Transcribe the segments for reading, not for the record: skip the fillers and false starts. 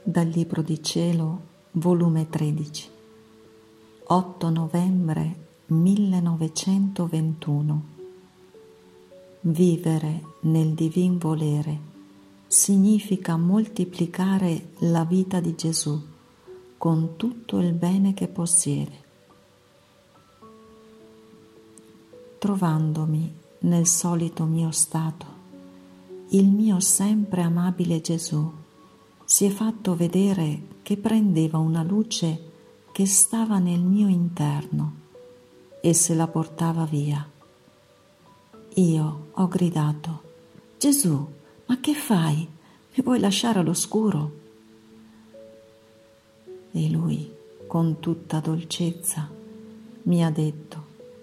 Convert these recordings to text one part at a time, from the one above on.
Dal Libro di Cielo, volume 13, 8 novembre 1921. Vivere nel divin volere significa moltiplicare la vita di Gesù con tutto il bene che possiede. Trovandomi nel solito mio stato, il mio sempre amabile Gesù si è fatto vedere che prendeva una luce che stava nel mio interno e se la portava via. Io ho gridato: Gesù, ma che fai? Mi vuoi lasciare all'oscuro? E lui, con tutta dolcezza, mi ha detto: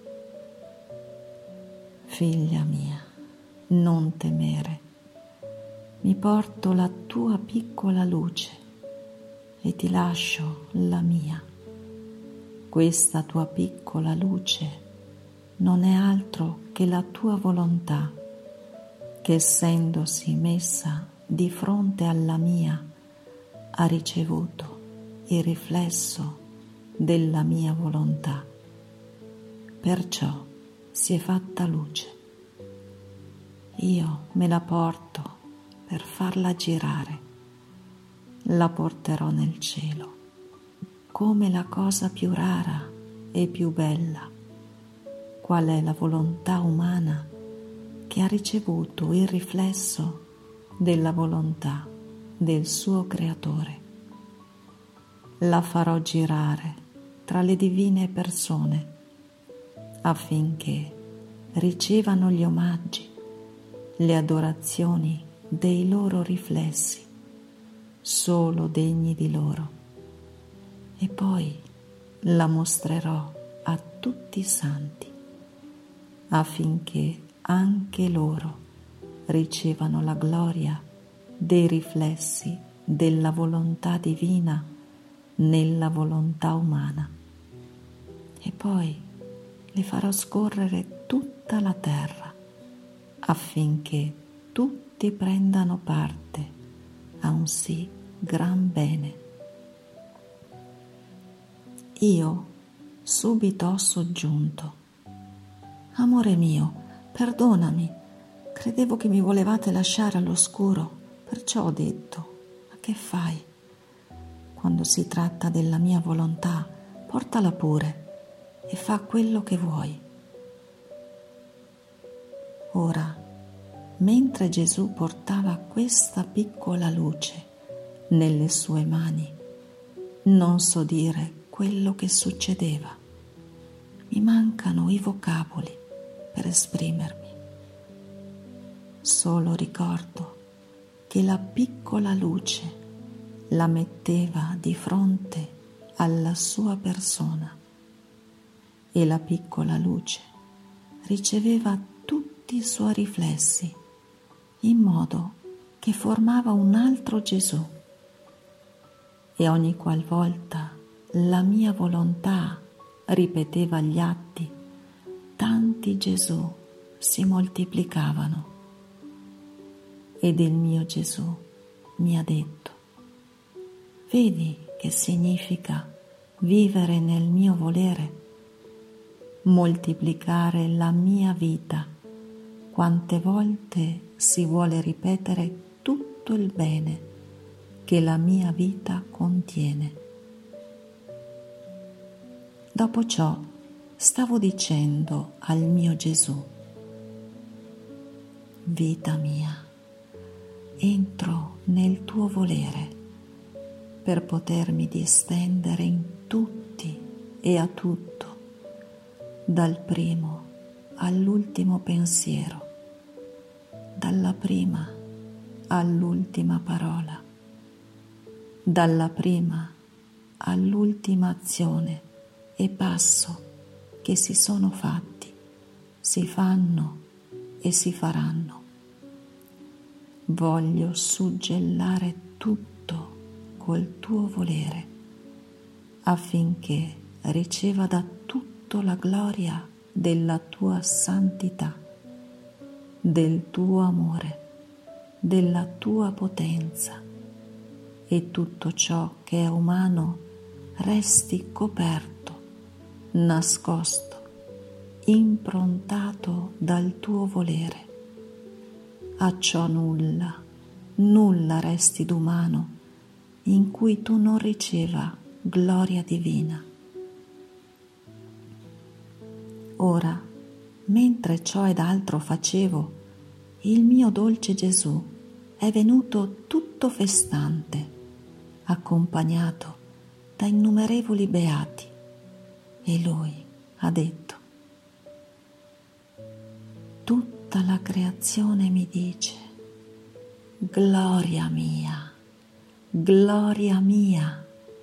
figlia mia, non temere. Mi porto la tua piccola luce e ti lascio la mia. Questa tua piccola luce non è altro che la tua volontà, che essendosi messa di fronte alla mia, ha ricevuto il riflesso della mia volontà. Perciò si è fatta luce. Io me la porto per farla girare, la porterò nel cielo come la cosa più rara e più bella, qual è la volontà umana che ha ricevuto il riflesso della volontà del suo creatore. La farò girare tra le divine persone affinché ricevano gli omaggi, le adorazioni dei loro riflessi, solo degni di loro, e poi la mostrerò a tutti i santi, affinché anche loro ricevano la gloria dei riflessi della volontà divina nella volontà umana, e poi le farò scorrere tutta la terra, affinché tutti prendano parte a un sì gran bene. Io subito ho soggiunto: amore mio, perdonami, credevo che mi volevate lasciare all'oscuro, perciò ho detto: ma che fai? Quando si tratta della mia volontà, portala pure e fa quello che vuoi. Ora, mentre Gesù portava questa piccola luce nelle sue mani, non so dire quello che succedeva. Mi mancano i vocaboli per esprimermi. Solo ricordo che la piccola luce la metteva di fronte alla sua persona e la piccola luce riceveva tutti i suoi riflessi in modo che formava un altro Gesù, e ogni qualvolta la mia volontà ripeteva gli atti, tanti Gesù si moltiplicavano. Ed il mio Gesù mi ha detto: vedi che significa vivere nel mio volere? Moltiplicare la mia vita quante volte si vuole ripetere tutto il bene che la mia vita contiene. Dopo ciò stavo dicendo al mio Gesù: vita mia, entro nel tuo volere per potermi distendere in tutti e a tutto, dal primo all'ultimo pensiero, dalla prima all'ultima parola, dalla prima all'ultima azione e passo che si sono fatti, si fanno e si faranno. Voglio suggellare tutto col tuo volere, affinché riceva da tutto la gloria della tua santità, del tuo amore, della tua potenza e tutto ciò che è umano resti coperto, nascosto, improntato dal tuo volere. A ciò nulla, nulla resti d'umano in cui tu non riceva gloria divina. Ora, mentre ciò ed altro facevo, il mio dolce Gesù è venuto tutto festante, accompagnato da innumerevoli beati, e lui ha detto: tutta la creazione mi dice: gloria mia, gloria mia.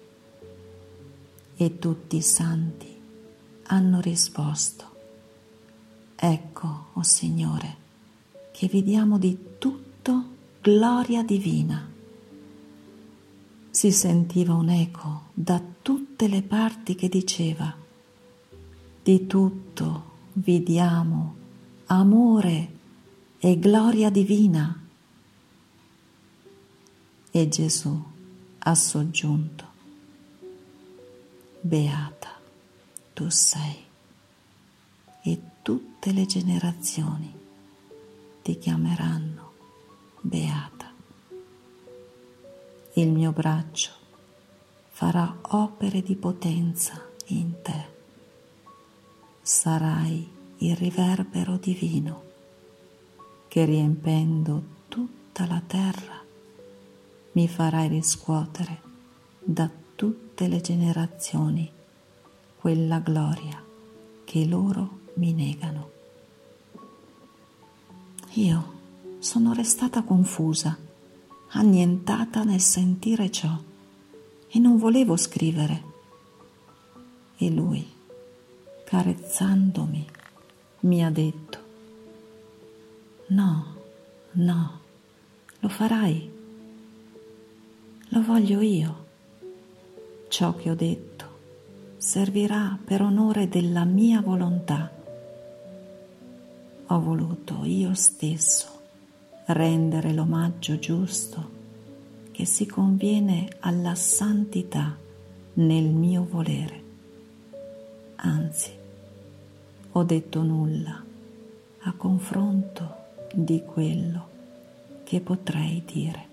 E tutti i santi hanno risposto: ecco, o Signore, che vi diamo di tutto gloria divina. Si sentiva un eco da tutte le parti che diceva: di tutto vi diamo amore e gloria divina. E Gesù ha soggiunto: beata tu sei, e tutte le generazioni ti chiameranno beata. Il mio braccio farà opere di potenza in te. Sarai il riverbero divino che, riempendo tutta la terra, mi farai riscuotere da tutte le generazioni quella gloria che loro mi negano. Io sono restata confusa, annientata nel sentire ciò, e non volevo scrivere. E lui, carezzandomi, mi ha detto: no, no, lo farai, lo voglio io. Ciò che ho detto servirà per onore della mia volontà. Ho voluto io stesso rendere l'omaggio giusto che si conviene alla santità nel mio volere. Anzi, ho detto nulla a confronto di quello che potrei dire.